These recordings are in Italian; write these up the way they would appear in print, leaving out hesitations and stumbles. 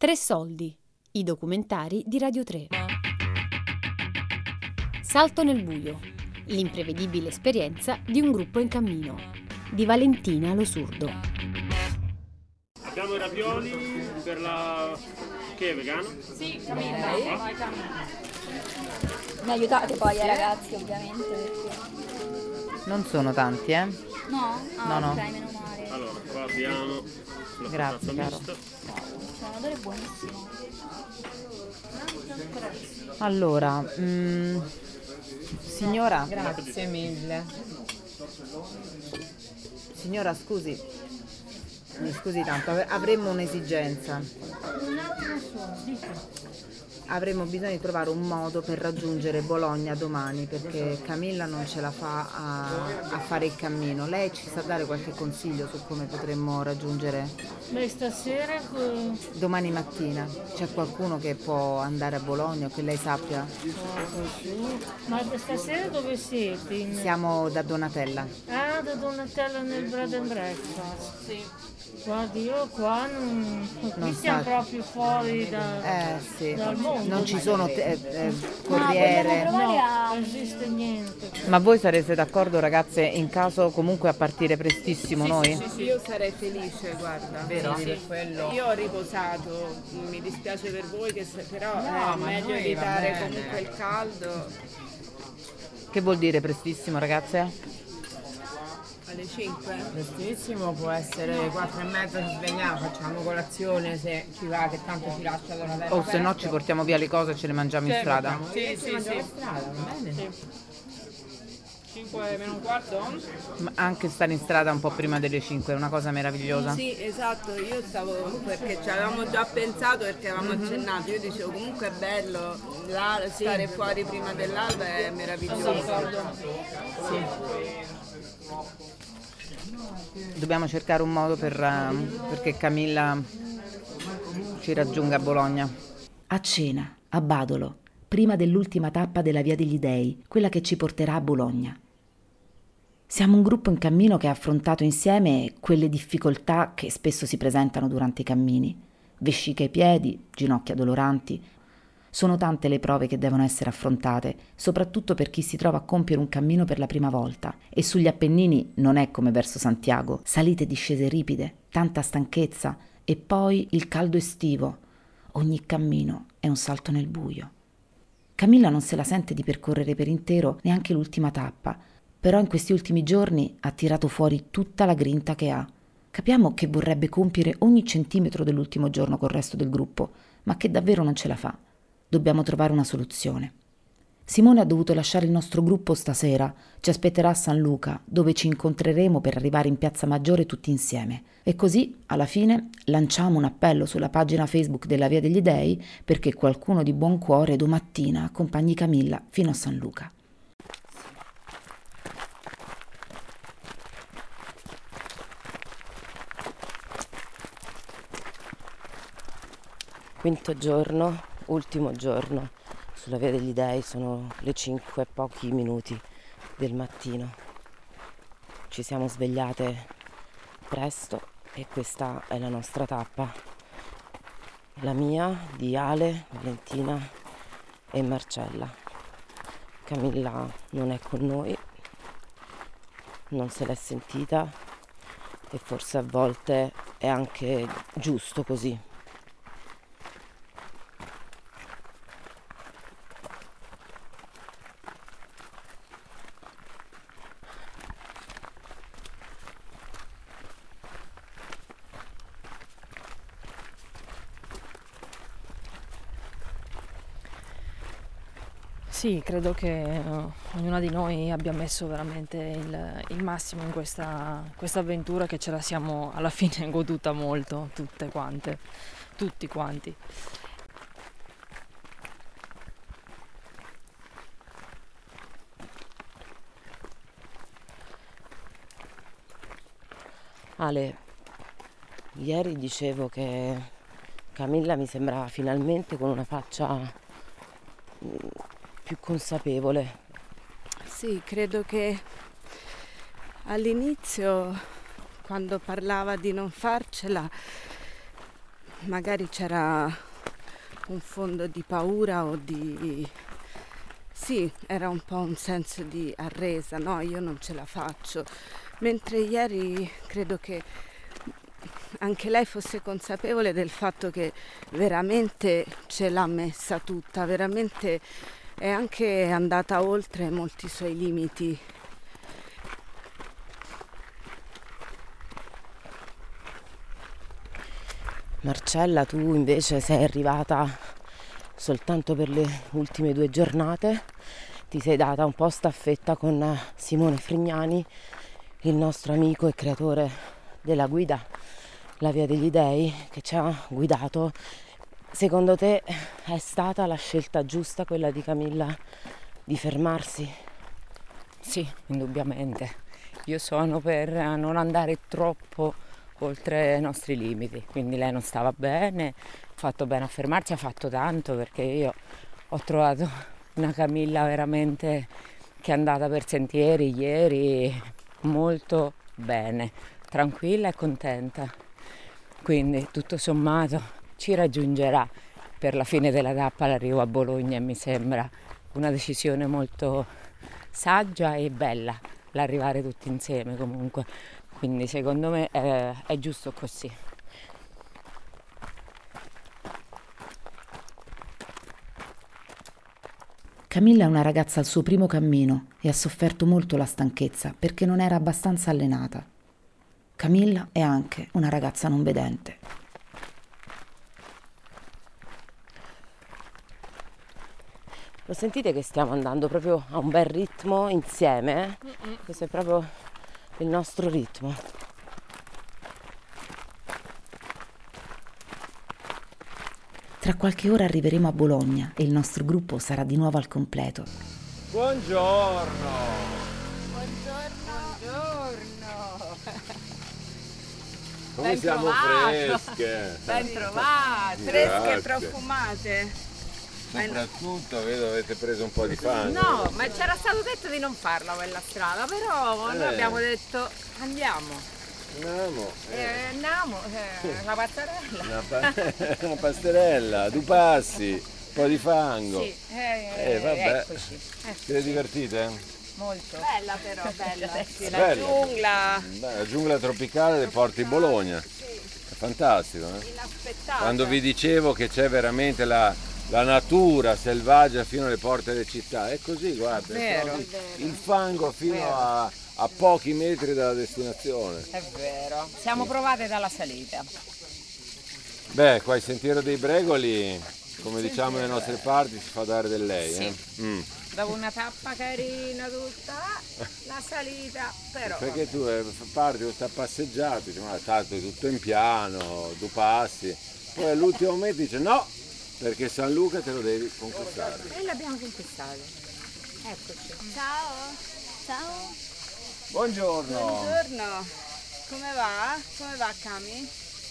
Tre soldi, i documentari di Radio 3. Salto nel buio, l'imprevedibile esperienza di un gruppo in cammino, di Valentina Lo Surdo. Abbiamo i ravioli per la... che è vegano? Sì, Camilla. Mi aiutate poi ragazzi, ovviamente. Perché... Non sono tanti, eh? No? Ah, No. ok, meno male. Allora, qua abbiamo la Grazie, caro. mista. C'è un odore buonissimo. Allora, signora, Grazie mille. signora, scusi, mi scusi tanto, avremmo un'esigenza. Avremmo bisogno di trovare un modo per raggiungere Bologna domani, perché Camilla non ce la fa a fare il cammino. Lei ci sa dare qualche consiglio su come potremmo raggiungere? Beh, stasera Domani mattina c'è qualcuno che può andare a Bologna o che lei sappia? ma stasera dove siete? Siamo da Donatella. Ah, da Donatella nel Bread and Breakfast. Sì. Guardi, io qua qui siamo so. proprio fuori Sì. dal mondo. Non ci sono corriere. No, non esiste niente. Ma voi sarete d'accordo, ragazze, in caso comunque a partire prestissimo noi? Sì, io sarei felice, guarda. Vero? Sì, per quello. Io ho riposato, mi dispiace per voi, però No, è ma meglio noi va evitare bene. comunque il caldo. Che vuol dire prestissimo, ragazze? Alle 5. Prestissimo può essere 4:30, ci svegliamo, facciamo colazione se ci va, che tanto ci lascia Donatella. O se no ci portiamo via le cose e ce le mangiamo in strada. Sì, mangiamo in strada, va bene? 5 meno un quarto? Ma anche stare in strada un po' prima delle 5 è una cosa meravigliosa. Sì, esatto, io stavo perché ci avevamo già pensato, perché avevamo accennato, io dicevo comunque è bello, là, stare fuori prima dell'alba è meraviglioso. Dobbiamo cercare un modo perché Camilla ci raggiunga a Bologna. A cena, a Badolo, prima dell'ultima tappa della Via degli Dei, quella che ci porterà a Bologna. Siamo un gruppo in cammino che ha affrontato insieme quelle difficoltà che spesso si presentano durante i cammini. Vesciche ai piedi, ginocchia doloranti. Sono tante le prove che devono essere affrontate, soprattutto per chi si trova a compiere un cammino per la prima volta. E sugli Appennini non è come verso Santiago, salite e discese ripide, tanta stanchezza e poi il caldo estivo. Ogni cammino è un salto nel buio. Camilla non se la sente di percorrere per intero neanche l'ultima tappa, però in questi ultimi giorni ha tirato fuori tutta la grinta che ha. Capiamo che vorrebbe compiere ogni centimetro dell'ultimo giorno col resto del gruppo, ma che davvero non ce la fa. Dobbiamo trovare una soluzione. Simone ha dovuto lasciare il nostro gruppo stasera, ci aspetterà a San Luca, dove ci incontreremo per arrivare in Piazza Maggiore tutti insieme. E così, alla fine, lanciamo un appello sulla pagina Facebook della Via degli Dei perché qualcuno di buon cuore domattina accompagni Camilla fino a San Luca. Quinto giorno, ultimo giorno sulla Via degli Dei, sono le 5 e pochi minuti del mattino. Ci siamo svegliate presto e questa è la nostra tappa, la mia, di Ale, Valentina e Marcella. Camilla non è con noi, non se l'è sentita e forse a volte è anche giusto così. Sì, credo che ognuna di noi abbia messo veramente il massimo in questa avventura, che ce la siamo alla fine goduta molto, tutte quante, tutti quanti. Ale, ieri dicevo che Camilla mi sembrava finalmente con una faccia più consapevole. Sì, credo che all'inizio, quando parlava di non farcela, magari c'era un fondo di paura o di... Sì, era un po' un senso di arresa, no, io non ce la faccio. Mentre ieri credo che anche lei fosse consapevole del fatto che veramente ce l'ha messa tutta, veramente è anche andata oltre molti suoi limiti. Marcella, tu invece sei arrivata soltanto per le ultime 2 giornate, ti sei data un po' staffetta con Simone Frignani, il nostro amico e creatore della guida La Via degli Dei, che ci ha guidato. Secondo te è stata la scelta giusta quella di Camilla di fermarsi? Sì, indubbiamente. Io sono per non andare troppo oltre i nostri limiti, quindi lei non stava bene, ha fatto bene a fermarsi, ha fatto tanto, perché io ho trovato una Camilla veramente che è andata per sentieri ieri molto bene, tranquilla e contenta, quindi tutto sommato ci raggiungerà per la fine della tappa l'arrivo a Bologna, e mi sembra una decisione molto saggia e bella l'arrivare tutti insieme comunque. Quindi secondo me è giusto così. Camilla è una ragazza al suo primo cammino e ha sofferto molto la stanchezza perché non era abbastanza allenata. Camilla è anche una ragazza non vedente. Lo sentite che stiamo andando proprio a un bel ritmo insieme? Questo è proprio il nostro ritmo. Tra qualche ora arriveremo a Bologna e il nostro gruppo sarà di nuovo al completo. Buongiorno! Come siamo fresche! Ben trovate! Fresche e profumate! Soprattutto vedo avete preso un po' di fango. No, ma c'era stato detto di non farla quella strada, però noi abbiamo detto andiamo. Andiamo. La passerella. Una pasterella, 2 passi, un po' di fango. Sì, vabbè. eccoci. Siete divertite? Molto. Bella però, bella. Sì, la Bella. giungla. La giungla tropicale del Porto di Bologna. È fantastico, eh? Inaspettata. Quando vi dicevo che c'è veramente la natura selvaggia fino alle porte delle città, è così, guarda, Vero. il fango fino a pochi metri dalla destinazione. È vero. Siamo provate dalla salita. Beh, qua il Sentiero dei Bregoli, come diciamo nelle nostre parti, si fa dare del lei. Sì. Dopo una tappa carina tutta, la salita, però... Perché tu parti con questa passeggiata, dici, ma tanto è tutto in piano, 2 passi, poi all'ultimo momento dice no, perché San Luca te lo devi conquistare. E l'abbiamo conquistato. Eccoci. Ciao. Ciao. Buongiorno. Buongiorno. Come va? Come va Cami?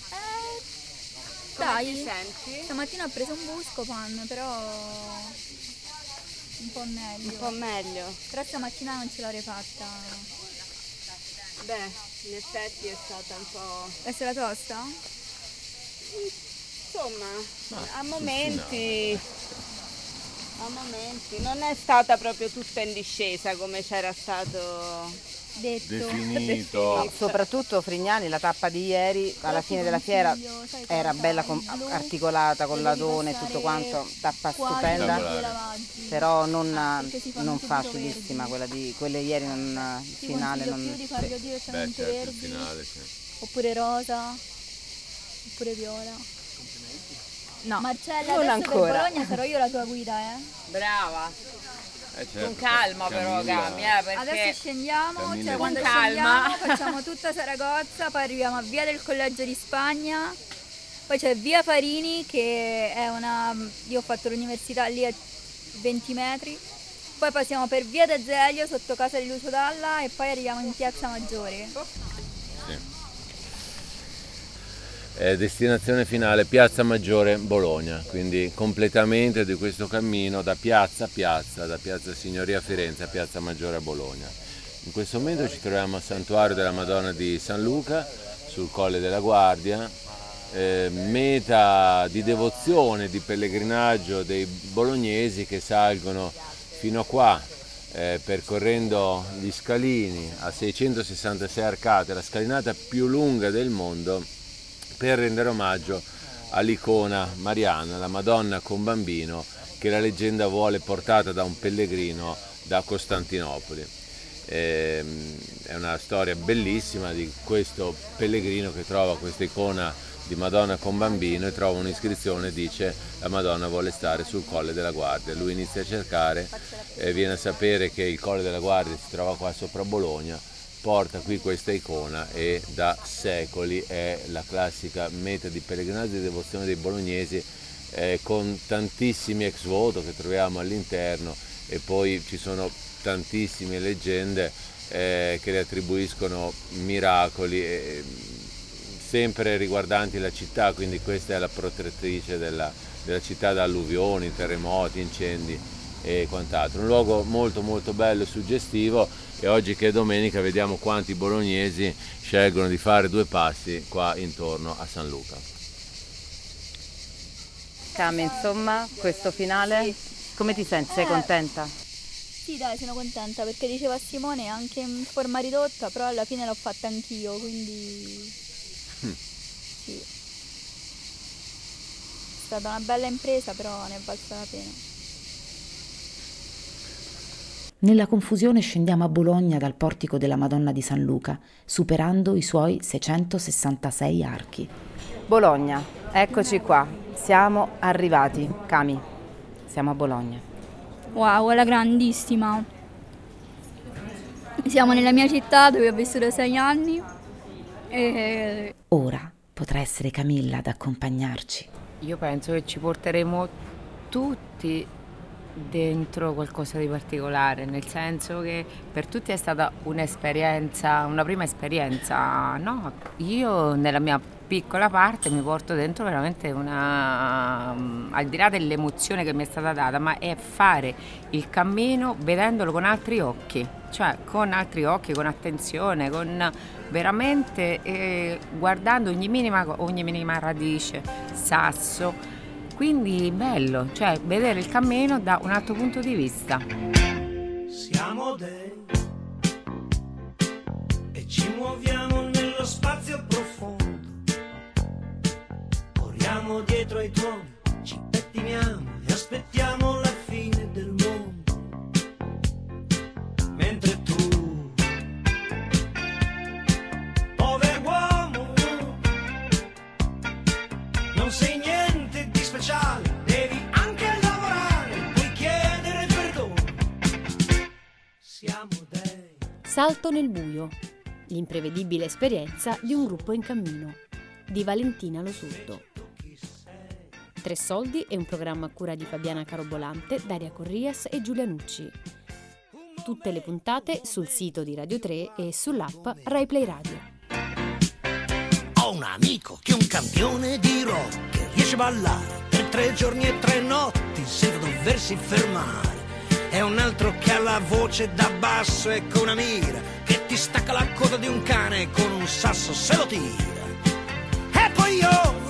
Come Dai, ti senti? stamattina ho preso un Buscopan, però un po' meglio. Un po' meglio. Però stamattina non ce l'avrei fatta. Beh, in effetti è stata un po'... Essere tosta? Insomma, a momenti non è stata proprio tutta in discesa come c'era stato definito. Soprattutto Frignani, la tappa di ieri alla fine della fiera era bella articolata con l'adone e tutto quanto, tappa stupenda, però non facilissima quelle ieri, il finale non... Il finale, sì. Oppure rosa, oppure viola. No, Marcella, non adesso ancora. per Bologna sarò io la tua guida, Brava. Certo, Con calma però Cami, perché Adesso scendiamo, Camilla cioè quando con calma. scendiamo facciamo tutta Saragozza, poi arriviamo a Via del Collegio di Spagna, poi c'è Via Farini che è io ho fatto l'università lì a 20 metri, poi passiamo per Via d'Azeglio sotto casa di Lucio Dalla e poi arriviamo in Piazza Maggiore. Sì. Destinazione finale Piazza Maggiore Bologna, quindi completamento di questo cammino da piazza a piazza, da Piazza Signoria Firenze a Piazza Maggiore a Bologna. In questo momento ci troviamo al Santuario della Madonna di San Luca sul Colle della Guardia meta di devozione, di pellegrinaggio dei bolognesi che salgono fino a qua, percorrendo gli scalini a 666 arcate, la scalinata più lunga del mondo, per rendere omaggio all'icona mariana, la Madonna con Bambino, che la leggenda vuole portata da un pellegrino da Costantinopoli. È una storia bellissima di questo pellegrino che trova questa icona di Madonna con Bambino e trova un'iscrizione e dice: la Madonna vuole stare sul Colle della Guardia. Lui inizia a cercare, viene a sapere che il Colle della Guardia si trova qua sopra Bologna, porta qui questa icona e da secoli è la classica meta di pellegrinaggio e di devozione dei bolognesi, con tantissimi ex voto che troviamo all'interno, e poi ci sono tantissime leggende che le attribuiscono miracoli, sempre riguardanti la città, quindi questa è la protettrice della città da alluvioni, terremoti, incendi e quant'altro. Un luogo molto molto bello e suggestivo, e oggi che è domenica vediamo quanti bolognesi scelgono di fare 2 passi qua intorno a San Luca. Cami, insomma, questo finale, come ti senti? Sei contenta? Sì, dai, sono contenta, perché diceva Simone anche in forma ridotta, però alla fine l'ho fatta anch'io, quindi sì. È stata una bella impresa, però ne è valsa la pena. Nella confusione scendiamo a Bologna dal portico della Madonna di San Luca, superando i suoi 666 archi. Bologna, eccoci qua, siamo arrivati. Cami, siamo a Bologna. Wow, è la grandissima. Siamo nella mia città dove ho vissuto 6 anni. E ora potrà essere Camilla ad accompagnarci. Io penso che ci porteremo tutti dentro qualcosa di particolare, nel senso che per tutti è stata un'esperienza, una prima esperienza, no? Io nella mia piccola parte mi porto dentro veramente al di là dell'emozione che mi è stata data, ma è fare il cammino vedendolo con altri occhi, cioè con altri occhi, con attenzione, con veramente guardando ogni minima radice, sasso. Quindi bello, cioè vedere il cammino da un altro punto di vista. Siamo dei e ci muoviamo nello spazio profondo. Corriamo dietro ai tuoni, ci pettiniamo e aspettiamo la fine del mondo. Mentre tu, poveruomo, non sei niente di speciale, devi anche lavorare, puoi chiedere perdono. Siamo dei. Salto nel buio, l'imprevedibile esperienza di un gruppo in cammino, di Valentina Lo Surdo. 3 soldi è un programma a cura di Fabiana Carobolante, Daria Corrias e Giulia Nucci. Tutte le puntate sul sito di Radio 3 e sull'app Rai Play Radio. Ho un amico che è un campione di rock, che riesce a ballare per 3 giorni e 3 notti senza doversi fermare. È un altro che ha la voce da basso e con una mira che ti stacca la coda di un cane con un sasso se lo tira. E poi io